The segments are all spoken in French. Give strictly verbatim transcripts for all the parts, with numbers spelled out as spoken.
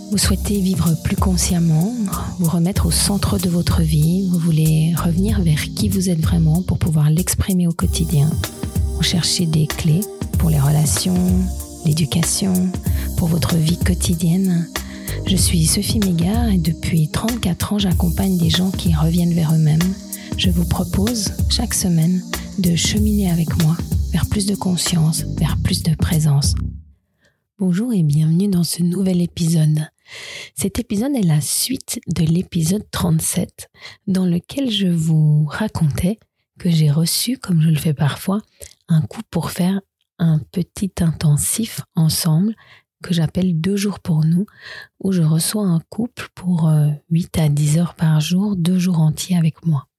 Vous souhaitez vivre plus consciemment, vous remettre au centre de votre vie, vous voulez revenir vers qui vous êtes vraiment pour pouvoir l'exprimer au quotidien. Vous cherchez des clés pour les relations, l'éducation, pour votre vie quotidienne. Je suis Sophie Mégard et depuis trente-quatre ans, j'accompagne des gens qui reviennent vers eux-mêmes. Je vous propose chaque semaine de cheminer avec moi vers plus de conscience, vers plus de présence. Bonjour et bienvenue dans ce nouvel épisode. Cet épisode est la suite de l'épisode trente-sept dans lequel je vous racontais que j'ai reçu, comme je le fais parfois, un coup pour faire un petit intensif ensemble que j'appelle deux jours pour nous, où je reçois un couple pour huit à dix heures par jour, deux jours entiers avec moi.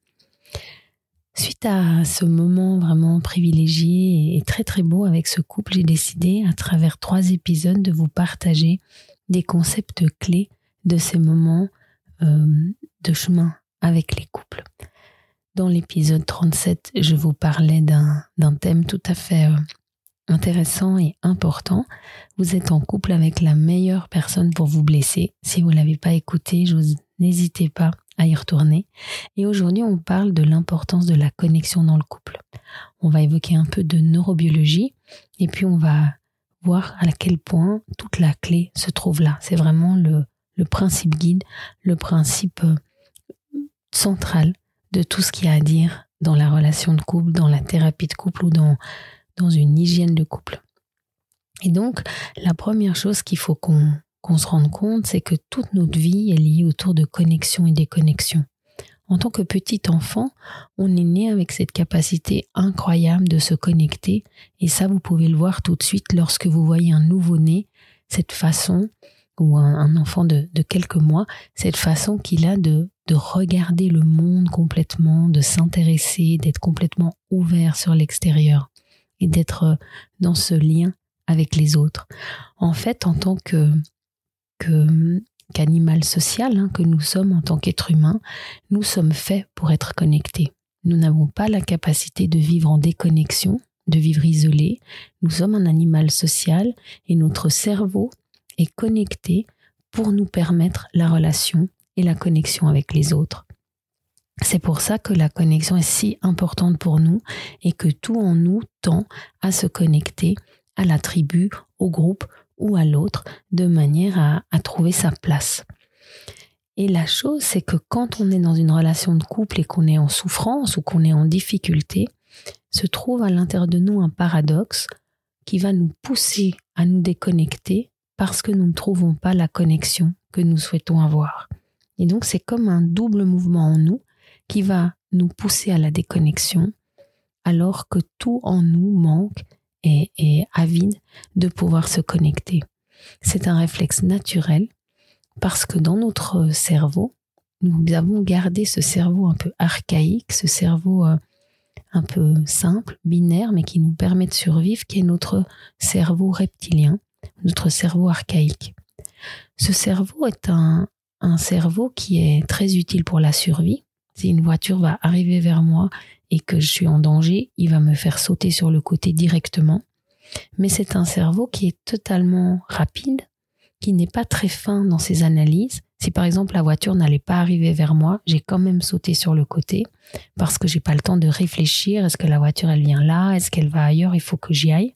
Suite à ce moment vraiment privilégié et très très beau avec ce couple, j'ai décidé à travers trois épisodes de vous partager des concepts clés de ces moments euh, de chemin avec les couples. Dans l'épisode trente-sept, je vous parlais d'un, d'un thème tout à fait euh, intéressant et important. Vous êtes en couple avec la meilleure personne pour vous blesser. Si vous ne l'avez pas écouté, je vous, n'hésitez pas à y retourner. Et aujourd'hui, on parle de l'importance de la connexion dans le couple. On va évoquer un peu de neurobiologie et puis on va voir à quel point toute la clé se trouve là. C'est vraiment le, le principe guide, le principe euh, central de tout ce qu'il y a à dire dans la relation de couple, dans la thérapie de couple ou dans, dans une hygiène de couple. Et donc, la première chose qu'il faut qu'on qu'on se rende compte, c'est que toute notre vie est liée autour de connexion et déconnexion. En tant que petit enfant, on est né avec cette capacité incroyable de se connecter et ça, vous pouvez le voir tout de suite lorsque vous voyez un nouveau-né, cette façon, ou un, un enfant de, de quelques mois, cette façon qu'il a de, de regarder le monde complètement, de s'intéresser, d'être complètement ouvert sur l'extérieur et d'être dans ce lien avec les autres. En fait, en tant que Que, qu'animal social hein, que nous sommes en tant qu'être humain, nous sommes faits pour être connectés. Nous n'avons pas la capacité de vivre en déconnexion, de vivre isolé. Nous sommes un animal social et notre cerveau est connecté pour nous permettre la relation et la connexion avec les autres. C'est pour ça que la connexion est si importante pour nous et que tout en nous tend à se connecter à la tribu, au groupe, ou à l'autre, de manière à, à trouver sa place. Et la chose, c'est que quand on est dans une relation de couple et qu'on est en souffrance ou qu'on est en difficulté, se trouve à l'intérieur de nous un paradoxe qui va nous pousser à nous déconnecter parce que nous ne trouvons pas la connexion que nous souhaitons avoir. Et donc, c'est comme un double mouvement en nous qui va nous pousser à la déconnexion alors que tout en nous manque et est avide de pouvoir se connecter. C'est un réflexe naturel parce que dans notre cerveau, nous avons gardé ce cerveau un peu archaïque, ce cerveau euh, un peu simple, binaire, mais qui nous permet de survivre, qui est notre cerveau reptilien, notre cerveau archaïque. Ce cerveau est un, un cerveau qui est très utile pour la survie. Si une voiture va arriver vers moi et que je suis en danger, il va me faire sauter sur le côté directement. Mais c'est un cerveau qui est totalement rapide, qui n'est pas très fin dans ses analyses. Si par exemple la voiture n'allait pas arriver vers moi, j'ai quand même sauté sur le côté parce que j'ai pas le temps de réfléchir. Est-ce que la voiture elle vient là? Est-ce qu'elle va ailleurs? Il faut que j'y aille.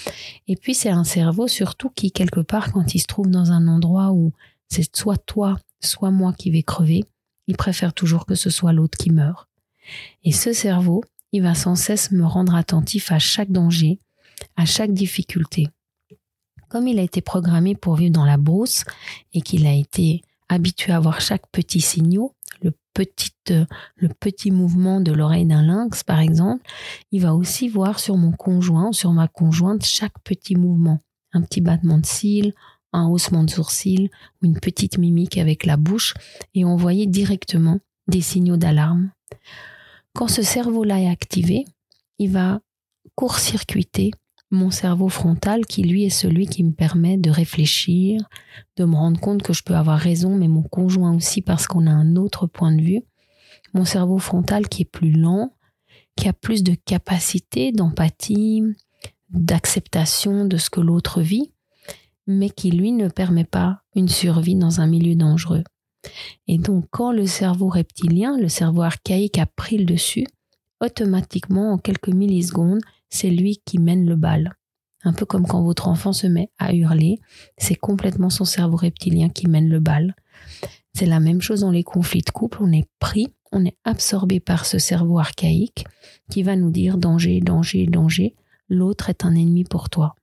Et puis c'est un cerveau surtout qui quelque part quand il se trouve dans un endroit où c'est soit toi, soit moi qui vais crever, il préfère toujours que ce soit l'autre qui meure. Et ce cerveau, il va sans cesse me rendre attentif à chaque danger, à chaque difficulté. Comme il a été programmé pour vivre dans la brousse et qu'il a été habitué à voir chaque petit signal, le petit, le petit mouvement de l'oreille d'un lynx par exemple, il va aussi voir sur mon conjoint ou sur ma conjointe chaque petit mouvement, un petit battement de cils, un haussement de sourcils ou une petite mimique avec la bouche et envoyer directement des signaux d'alarme. Quand ce cerveau-là est activé, il va court-circuiter mon cerveau frontal qui lui est celui qui me permet de réfléchir, de me rendre compte que je peux avoir raison, mais mon conjoint aussi parce qu'on a un autre point de vue. Mon cerveau frontal qui est plus lent, qui a plus de capacité d'empathie, d'acceptation de ce que l'autre vit. mais qui lui ne permet pas une survie dans un milieu dangereux. Et donc quand le cerveau reptilien, le cerveau archaïque a pris le dessus, automatiquement en quelques millisecondes, c'est lui qui mène le bal. Un peu comme quand votre enfant se met à hurler, c'est complètement son cerveau reptilien qui mène le bal. C'est la même chose dans les conflits de couple, on est pris, on est absorbé par ce cerveau archaïque qui va nous dire danger, danger, danger, l'autre est un ennemi pour toi.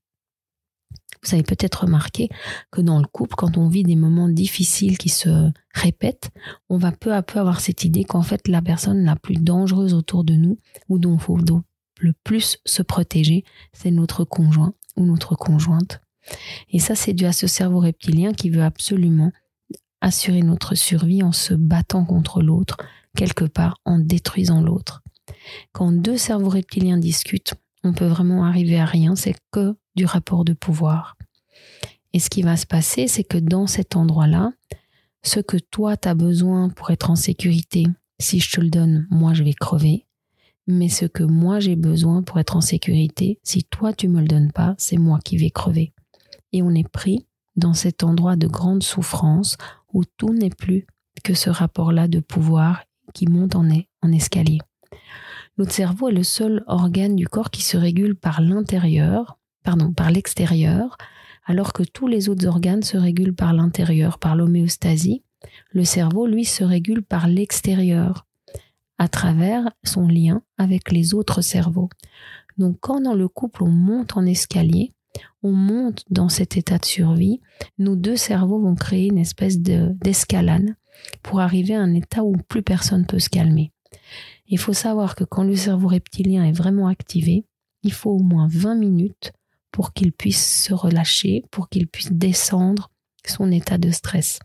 Vous avez peut-être remarqué que dans le couple, quand on vit des moments difficiles qui se répètent, on va peu à peu avoir cette idée qu'en fait la personne la plus dangereuse autour de nous, ou dont il faut le plus se protéger, c'est notre conjoint ou notre conjointe. Et ça, c'est dû à ce cerveau reptilien qui veut absolument assurer notre survie en se battant contre l'autre, quelque part en détruisant l'autre. Quand deux cerveaux reptiliens discutent, on peut vraiment arriver à rien, c'est que du rapport de pouvoir. Et ce qui va se passer, c'est que dans cet endroit-là, ce que toi tu as besoin pour être en sécurité, si je te le donne, moi je vais crever. Mais ce que moi j'ai besoin pour être en sécurité, si toi tu me le donnes pas, c'est moi qui vais crever. Et on est pris dans cet endroit de grande souffrance où tout n'est plus que ce rapport-là de pouvoir qui monte en, en escalier. Notre cerveau est le seul organe du corps qui se régule par l'intérieur, pardon, par l'extérieur, alors que tous les autres organes se régulent par l'intérieur, par l'homéostasie. Le cerveau, lui, se régule par l'extérieur, à travers son lien avec les autres cerveaux. Donc, quand dans le couple, on monte en escalier, on monte dans cet état de survie, nos deux cerveaux vont créer une espèce de, d'escalade pour arriver à un état où plus personne ne peut se calmer. Il faut savoir que quand le cerveau reptilien est vraiment activé, il faut au moins vingt minutes pour qu'il puisse se relâcher, pour qu'il puisse descendre son état de stress.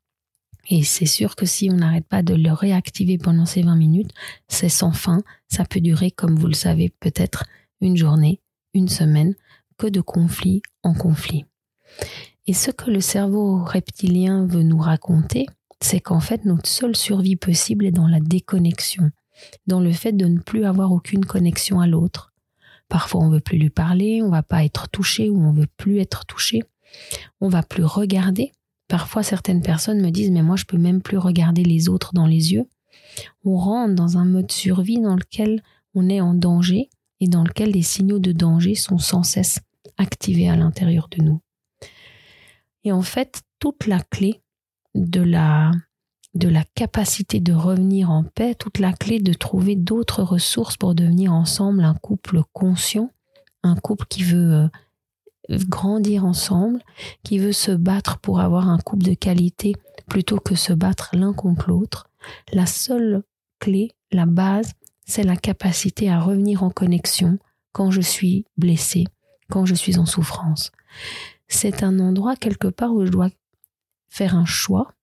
Et c'est sûr que si on n'arrête pas de le réactiver pendant ces vingt minutes, c'est sans fin. Ça peut durer, comme vous le savez, peut-être une journée, une semaine, que de conflit en conflit. Et ce que le cerveau reptilien veut nous raconter, c'est qu'en fait, notre seule survie possible est dans la déconnexion, dans le fait de ne plus avoir aucune connexion à l'autre. Parfois, on ne veut plus lui parler, on ne va pas être touché ou on ne veut plus être touché. On ne va plus regarder. Parfois, certaines personnes me disent « mais moi, je ne peux même plus regarder les autres dans les yeux ». On rentre dans un mode survie dans lequel on est en danger et dans lequel les signaux de danger sont sans cesse activés à l'intérieur de nous. Et en fait, toute la clé de la, de la capacité de revenir en paix, toute la clé de trouver d'autres ressources pour devenir ensemble un couple conscient, un couple qui veut euh, grandir ensemble, qui veut se battre pour avoir un couple de qualité plutôt que se battre l'un contre l'autre. La seule clé, la base, c'est la capacité à revenir en connexion quand je suis blessée, quand je suis en souffrance. C'est un endroit quelque part où je dois faire un choix,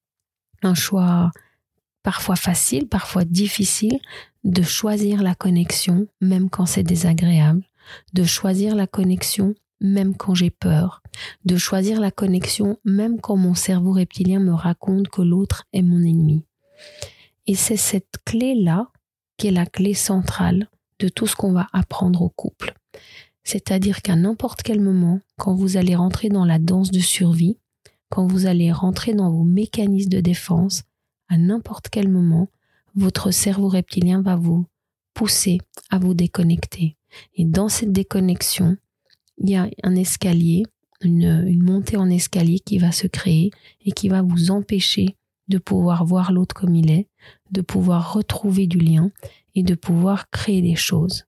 un choix parfois facile, parfois difficile, de choisir la connexion même quand c'est désagréable, de choisir la connexion même quand j'ai peur, de choisir la connexion même quand mon cerveau reptilien me raconte que l'autre est mon ennemi. Et c'est cette clé-là qui est la clé centrale de tout ce qu'on va apprendre au couple. C'est-à-dire qu'à n'importe quel moment, quand vous allez rentrer dans la danse de survie, quand vous allez rentrer dans vos mécanismes de défense, à n'importe quel moment, votre cerveau reptilien va vous pousser à vous déconnecter. Et dans cette déconnexion, il y a un escalier, une, une montée en escalier qui va se créer et qui va vous empêcher de pouvoir voir l'autre comme il est, de pouvoir retrouver du lien et de pouvoir créer des choses.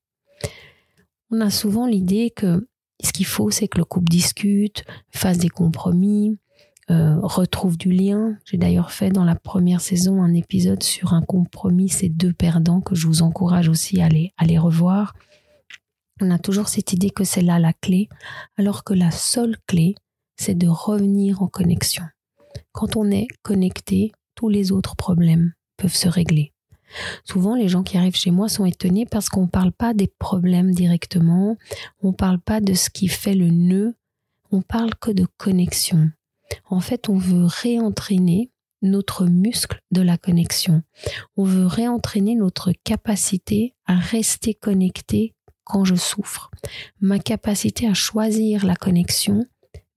On a souvent l'idée que ce qu'il faut, c'est que le couple discute, fasse des compromis, euh, retrouve du lien. J'ai d'ailleurs fait dans la première saison un épisode sur un compromis, c'est deux perdants, que je vous encourage aussi à les, à les revoir. On a toujours cette idée que c'est là la clé, alors que la seule clé, c'est de revenir en connexion. Quand on est connecté, tous les autres problèmes peuvent se régler. Souvent, les gens qui arrivent chez moi sont étonnés parce qu'on ne parle pas des problèmes directement, on ne parle pas de ce qui fait le nœud, on parle que de connexion. En fait, on veut réentraîner notre muscle de la connexion. On veut réentraîner notre capacité à rester connecté quand je souffre. Ma capacité à choisir la connexion,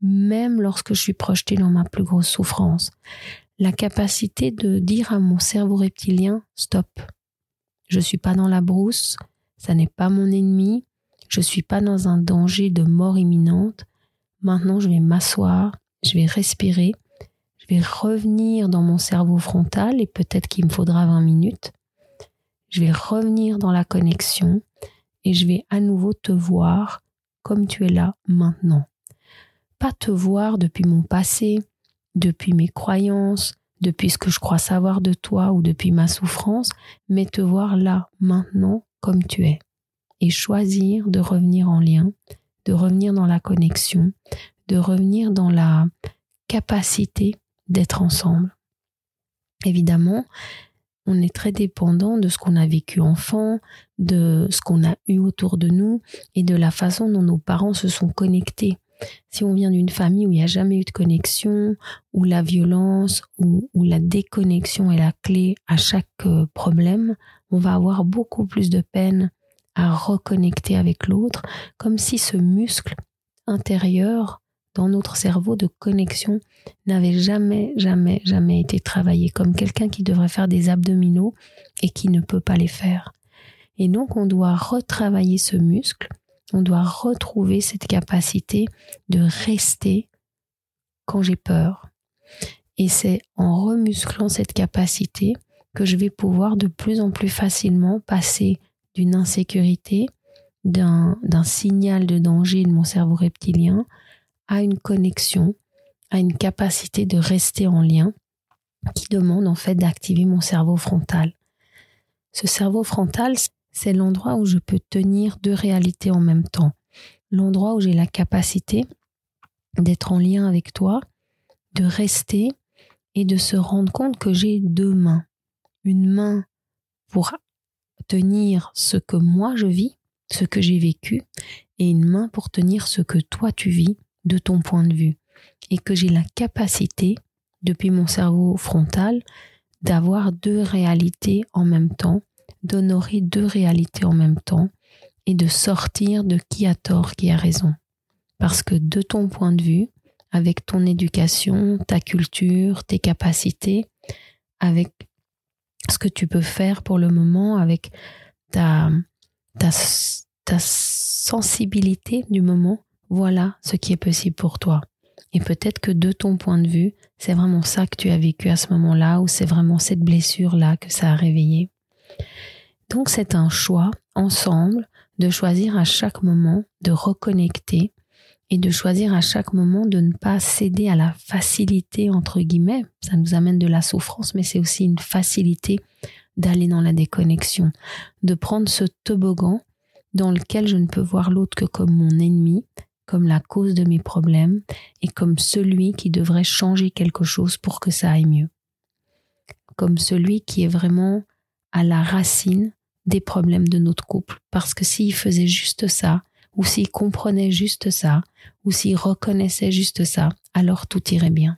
même lorsque je suis projetée dans ma plus grosse souffrance. La capacité de dire à mon cerveau reptilien, stop, je ne suis pas dans la brousse, ça n'est pas mon ennemi, je ne suis pas dans un danger de mort imminente. Maintenant, je vais m'asseoir, je vais respirer, je vais revenir dans mon cerveau frontal et peut-être qu'il me faudra vingt minutes. Je vais revenir dans la connexion et je vais à nouveau te voir comme tu es là maintenant. Pas te voir depuis mon passé, depuis mes croyances, depuis ce que je crois savoir de toi ou depuis ma souffrance, mais te voir là, maintenant, comme tu es. Et choisir de revenir en lien, de revenir dans la connexion, de revenir dans la capacité d'être ensemble. Évidemment, on est très dépendant de ce qu'on a vécu enfant, de ce qu'on a eu autour de nous et de la façon dont nos parents se sont connectés. Si on vient d'une famille où il n'y a jamais eu de connexion, où la violence, où, où la déconnexion est la clé à chaque problème, on va avoir beaucoup plus de peine à reconnecter avec l'autre, comme si ce muscle intérieur dans notre cerveau de connexion n'avait jamais, jamais, jamais été travaillé, comme quelqu'un qui devrait faire des abdominaux et qui ne peut pas les faire. Et donc, on doit retravailler ce muscle, on doit retrouver cette capacité de rester quand j'ai peur. Et c'est en remusclant cette capacité que je vais pouvoir de plus en plus facilement passer d'une insécurité, d'un, d'un signal de danger de mon cerveau reptilien à une connexion, à une capacité de rester en lien qui demande en fait d'activer mon cerveau frontal. Ce cerveau frontal, c'est l'endroit où je peux tenir deux réalités en même temps. L'endroit où j'ai la capacité d'être en lien avec toi, de rester et de se rendre compte que j'ai deux mains. Une main pour tenir ce que moi je vis, ce que j'ai vécu, et une main pour tenir ce que toi tu vis de ton point de vue. Et que j'ai la capacité, depuis mon cerveau frontal, d'avoir deux réalités en même temps, d'honorer deux réalités en même temps et de sortir de qui a tort, qui a raison. Parce que de ton point de vue, avec ton éducation, ta culture, tes capacités, avec ce que tu peux faire pour le moment, avec ta, ta, ta sensibilité du moment, voilà ce qui est possible pour toi. Et peut-être que de ton point de vue, c'est vraiment ça que tu as vécu à ce moment-là, ou c'est vraiment cette blessure-là que ça a réveillé. Donc c'est un choix ensemble de choisir à chaque moment de reconnecter et de choisir à chaque moment de ne pas céder à la facilité, entre guillemets. Ça nous amène de la souffrance, mais c'est aussi une facilité d'aller dans la déconnexion, de prendre ce toboggan dans lequel je ne peux voir l'autre que comme mon ennemi, comme la cause de mes problèmes et comme celui qui devrait changer quelque chose pour que ça aille mieux. Comme celui qui est vraiment à la racine des problèmes de notre couple. Parce que s'il faisait juste ça, ou s'il comprenait juste ça, ou s'il reconnaissait juste ça, alors tout irait bien.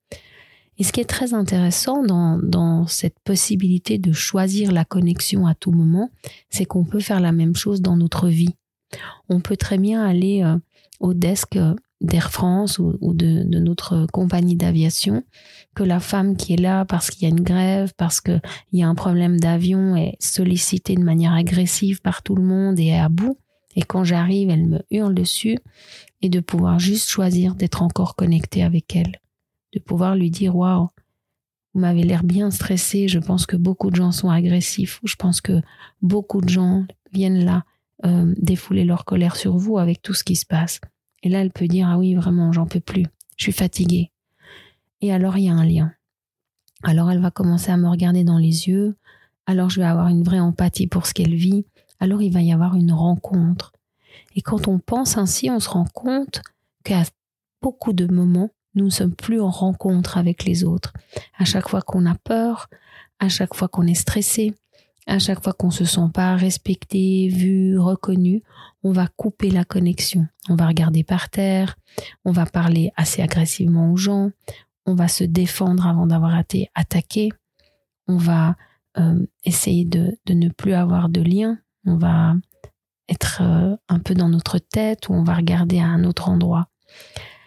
Et ce qui est très intéressant dans, dans cette possibilité de choisir la connexion à tout moment, c'est qu'on peut faire la même chose dans notre vie. On peut très bien aller euh, au desk euh, d'Air France ou, ou de, de notre compagnie d'aviation, que la femme qui est là parce qu'il y a une grève, parce qu'il y a un problème d'avion est sollicitée de manière agressive par tout le monde et est à bout. Et quand j'arrive, elle me hurle dessus et de pouvoir juste choisir d'être encore connecté avec elle. De pouvoir lui dire « Waouh, vous m'avez l'air bien stressé, je pense que beaucoup de gens sont agressifs, ou je pense que beaucoup de gens viennent là euh, défouler leur colère sur vous avec tout ce qui se passe. » Et là, elle peut dire « Ah oui, vraiment, j'en peux plus, je suis fatiguée. » Et alors, il y a un lien. Alors, elle va commencer à me regarder dans les yeux, alors je vais avoir une vraie empathie pour ce qu'elle vit, alors il va y avoir une rencontre. Et quand on pense ainsi, on se rend compte qu'à beaucoup de moments, nous ne sommes plus en rencontre avec les autres. À chaque fois qu'on a peur, à chaque fois qu'on est stressé, à chaque fois qu'on ne se sent pas respecté, vu, reconnu, on va couper la connexion. On va regarder par terre, on va parler assez agressivement aux gens, on va se défendre avant d'avoir été attaqué, on va euh, essayer de, de ne plus avoir de lien, on va être euh, un peu dans notre tête ou on va regarder à un autre endroit.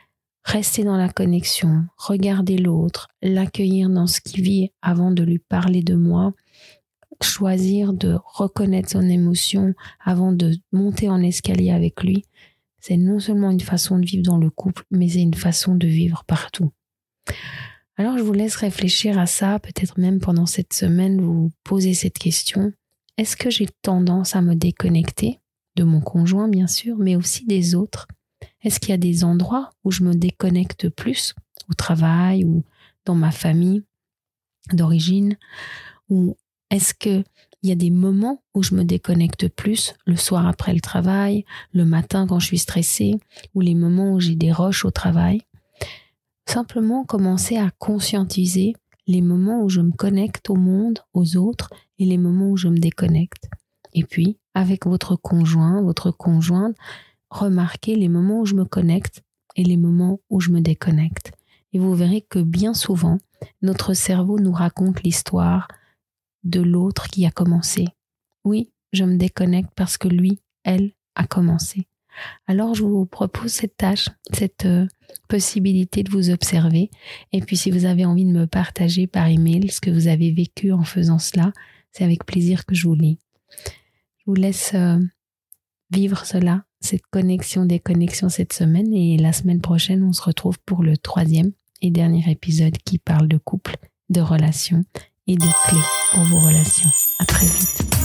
rester dans la connexion, regarder l'autre, l'accueillir dans ce qu'il vit avant de lui parler de moi, choisir de reconnaître son émotion avant de monter en escalier avec lui, c'est non seulement une façon de vivre dans le couple, mais c'est une façon de vivre partout. Alors je vous laisse réfléchir à ça, peut-être même pendant cette semaine, vous posez cette question. Est-ce que j'ai tendance à me déconnecter de mon conjoint, bien sûr, mais aussi des autres? Est-ce qu'il y a des endroits où je me déconnecte plus, au travail ou dans ma famille d'origine? Ou est-ce qu'il y a des moments où je me déconnecte plus, le soir après le travail, le matin quand je suis stressée, ou les moments où j'ai des rushs au travail? Simplement commencer à conscientiser les moments où je me connecte au monde, aux autres, et les moments où je me déconnecte. Et puis, avec votre conjoint, votre conjointe, remarquez les moments où je me connecte et les moments où je me déconnecte. Et vous verrez que bien souvent, notre cerveau nous raconte l'histoire de l'autre qui a commencé. Oui, je me déconnecte parce que lui, elle, a commencé. Alors, je vous propose cette tâche, cette euh, possibilité de vous observer. Et puis, si vous avez envie de me partager par email ce que vous avez vécu en faisant cela, c'est avec plaisir que je vous lis. Je vous laisse euh, vivre cela, cette connexion, déconnexion cette semaine. Et la semaine prochaine, on se retrouve pour le troisième et dernier épisode qui parle de couple, de relations et de clés pour vos relations. À très vite.